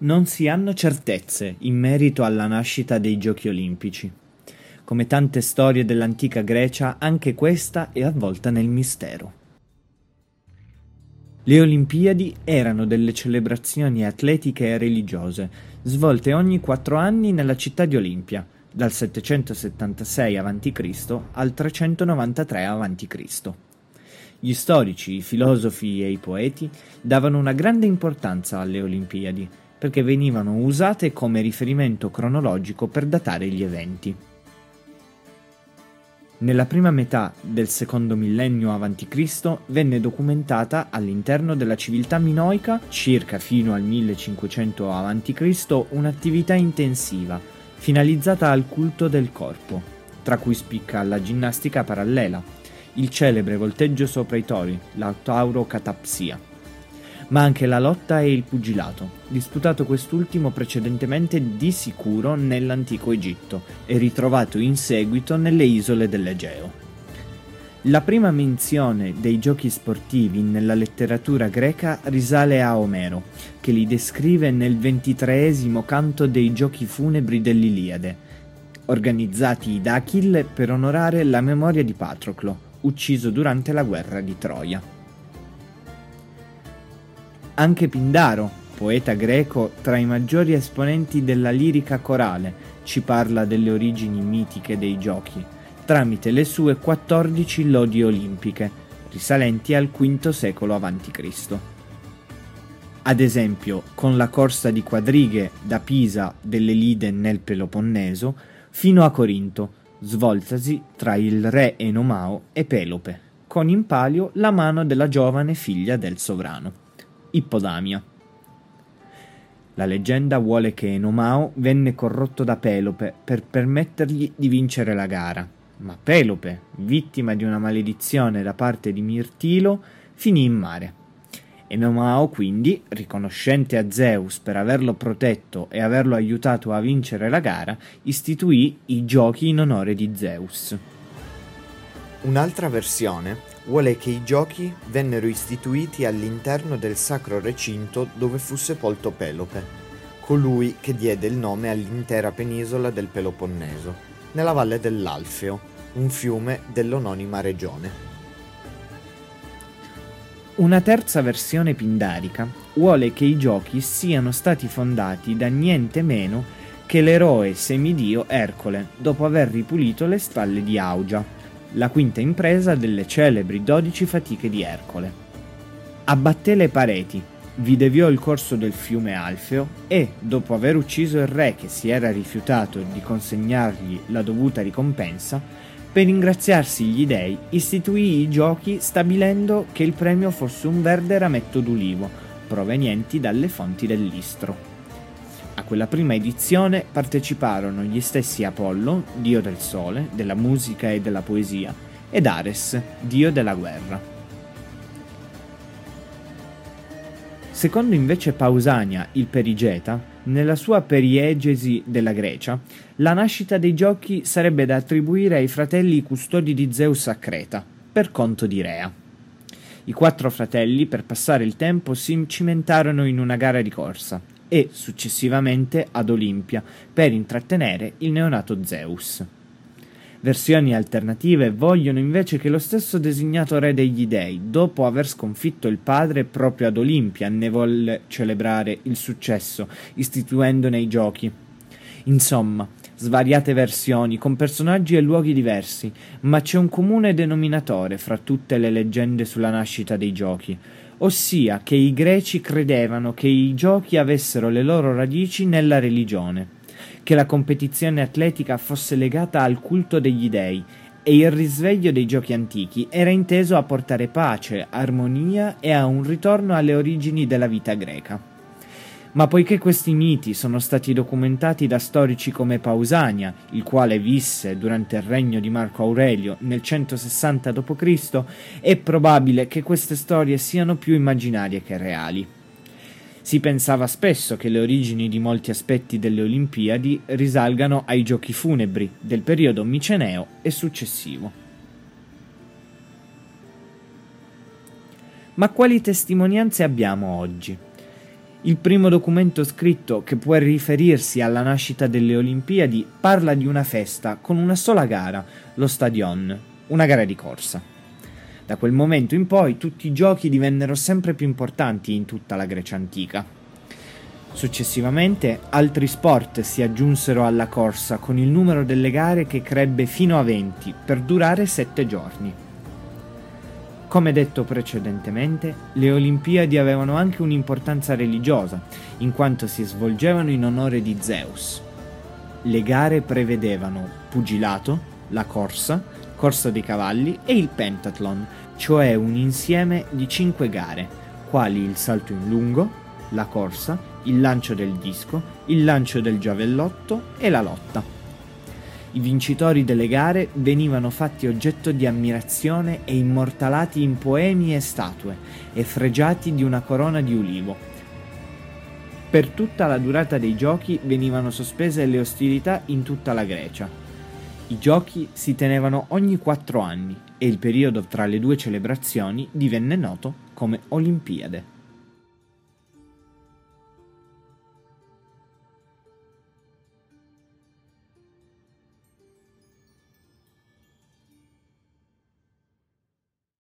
Non si hanno certezze in merito alla nascita dei Giochi olimpici. Come tante storie dell'antica Grecia, anche questa è avvolta nel mistero. Le Olimpiadi erano delle celebrazioni atletiche e religiose, svolte ogni 4 anni nella città di Olimpia, dal 776 a.C. al 393 a.C. Gli storici, i filosofi e i poeti davano una grande importanza alle Olimpiadi, perché venivano usate come riferimento cronologico per datare gli eventi. Nella prima metà del secondo millennio a.C. venne documentata all'interno della civiltà minoica, circa fino al 1500 a.C., un'attività intensiva, finalizzata al culto del corpo, tra cui spicca la ginnastica parallela, il celebre volteggio sopra i tori, la taurocatapsia, ma anche la lotta e il pugilato, disputato quest'ultimo precedentemente di sicuro nell'antico Egitto e ritrovato in seguito nelle isole dell'Egeo. La prima menzione dei giochi sportivi nella letteratura greca risale a Omero, che li descrive nel 23esimo canto dei giochi funebri dell'Iliade, organizzati da Achille per onorare la memoria di Patroclo, ucciso durante la guerra di Troia. Anche Pindaro, poeta greco tra i maggiori esponenti della lirica corale, ci parla delle origini mitiche dei giochi, tramite le sue 14 lodi olimpiche, risalenti al V secolo a.C. Ad esempio, con la corsa di quadrighe da Pisa delle Lide nel Peloponneso, fino a Corinto, svoltasi tra il re Enomao e Pelope, con in palio la mano della giovane figlia del sovrano, Ippodamia. La leggenda vuole che Enomao venne corrotto da Pelope per permettergli di vincere la gara, ma Pelope, vittima di una maledizione da parte di Mirtilo, finì in mare. Enomao quindi, riconoscente a Zeus per averlo protetto e averlo aiutato a vincere la gara, istituì i giochi in onore di Zeus. Un'altra versione vuole che i giochi vennero istituiti all'interno del sacro recinto dove fu sepolto Pelope, colui che diede il nome all'intera penisola del Peloponneso, nella valle dell'Alfeo, un fiume dell'omonima regione. Una terza versione pindarica vuole che i giochi siano stati fondati da niente meno che l'eroe semidio Ercole, dopo aver ripulito le stalle di Augia, la quinta impresa delle celebri 12 fatiche di Ercole. Abbatté le pareti, vi deviò il corso del fiume Alfeo e, dopo aver ucciso il re che si era rifiutato di consegnargli la dovuta ricompensa, per ringraziarsi gli dei istituì i giochi stabilendo che il premio fosse un verde rametto d'ulivo, provenienti dalle fonti dell'Istro. A quella prima edizione parteciparono gli stessi Apollo, dio del sole, della musica e della poesia, ed Ares, dio della guerra. Secondo invece Pausania, il perigeta, nella sua Periegesi della Grecia, la nascita dei giochi sarebbe da attribuire ai fratelli custodi di Zeus a Creta, per conto di Rea. I 4 fratelli, per passare il tempo, si cimentarono in una gara di corsa, e successivamente ad Olimpia per intrattenere il neonato Zeus. Versioni alternative vogliono invece che lo stesso designato re degli dei, dopo aver sconfitto il padre proprio ad Olimpia, ne volle celebrare il successo, istituendone i giochi. Insomma, svariate versioni con personaggi e luoghi diversi, ma c'è un comune denominatore fra tutte le leggende sulla nascita dei giochi, ossia che i greci credevano che i giochi avessero le loro radici nella religione, che la competizione atletica fosse legata al culto degli dei e il risveglio dei giochi antichi era inteso a portare pace, armonia e a un ritorno alle origini della vita greca. Ma poiché questi miti sono stati documentati da storici come Pausania, il quale visse durante il regno di Marco Aurelio nel 160 d.C., è probabile che queste storie siano più immaginarie che reali. Si pensava spesso che le origini di molti aspetti delle Olimpiadi risalgano ai giochi funebri del periodo miceneo e successivo. Ma quali testimonianze abbiamo oggi? Il primo documento scritto che può riferirsi alla nascita delle Olimpiadi parla di una festa con una sola gara, lo Stadion, una gara di corsa. Da quel momento in poi tutti i giochi divennero sempre più importanti in tutta la Grecia antica. Successivamente altri sport si aggiunsero alla corsa con il numero delle gare che crebbe fino a 20 per durare 7 giorni. Come detto precedentemente, le Olimpiadi avevano anche un'importanza religiosa, in quanto si svolgevano in onore di Zeus. Le gare prevedevano pugilato, la corsa, corsa dei cavalli e il pentathlon, cioè un insieme di 5 gare, quali il salto in lungo, la corsa, il lancio del disco, il lancio del giavellotto e la lotta. I vincitori delle gare venivano fatti oggetto di ammirazione e immortalati in poemi e statue e fregiati di una corona di ulivo. Per tutta la durata dei giochi venivano sospese le ostilità in tutta la Grecia. I giochi si tenevano ogni 4 anni e il periodo tra le due celebrazioni divenne noto come Olimpiade.